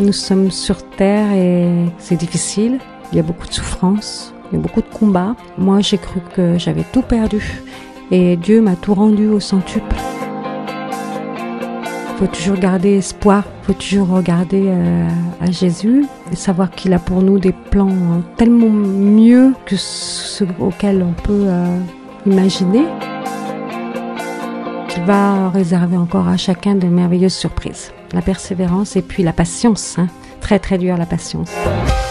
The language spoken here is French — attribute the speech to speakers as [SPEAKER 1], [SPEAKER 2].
[SPEAKER 1] Nous sommes sur terre et c'est difficile. Il y a beaucoup de souffrance, il y a beaucoup de combats. Moi, j'ai cru que j'avais tout perdu et Dieu m'a tout rendu au centuple. Il faut toujours garder espoir, il faut toujours regarder à Jésus et savoir qu'il a pour nous des plans tellement mieux que ceux auxquels on peut imaginer. Il va réserver encore à chacun de merveilleuses surprises. La persévérance et puis la patience, hein. Très très dur la patience.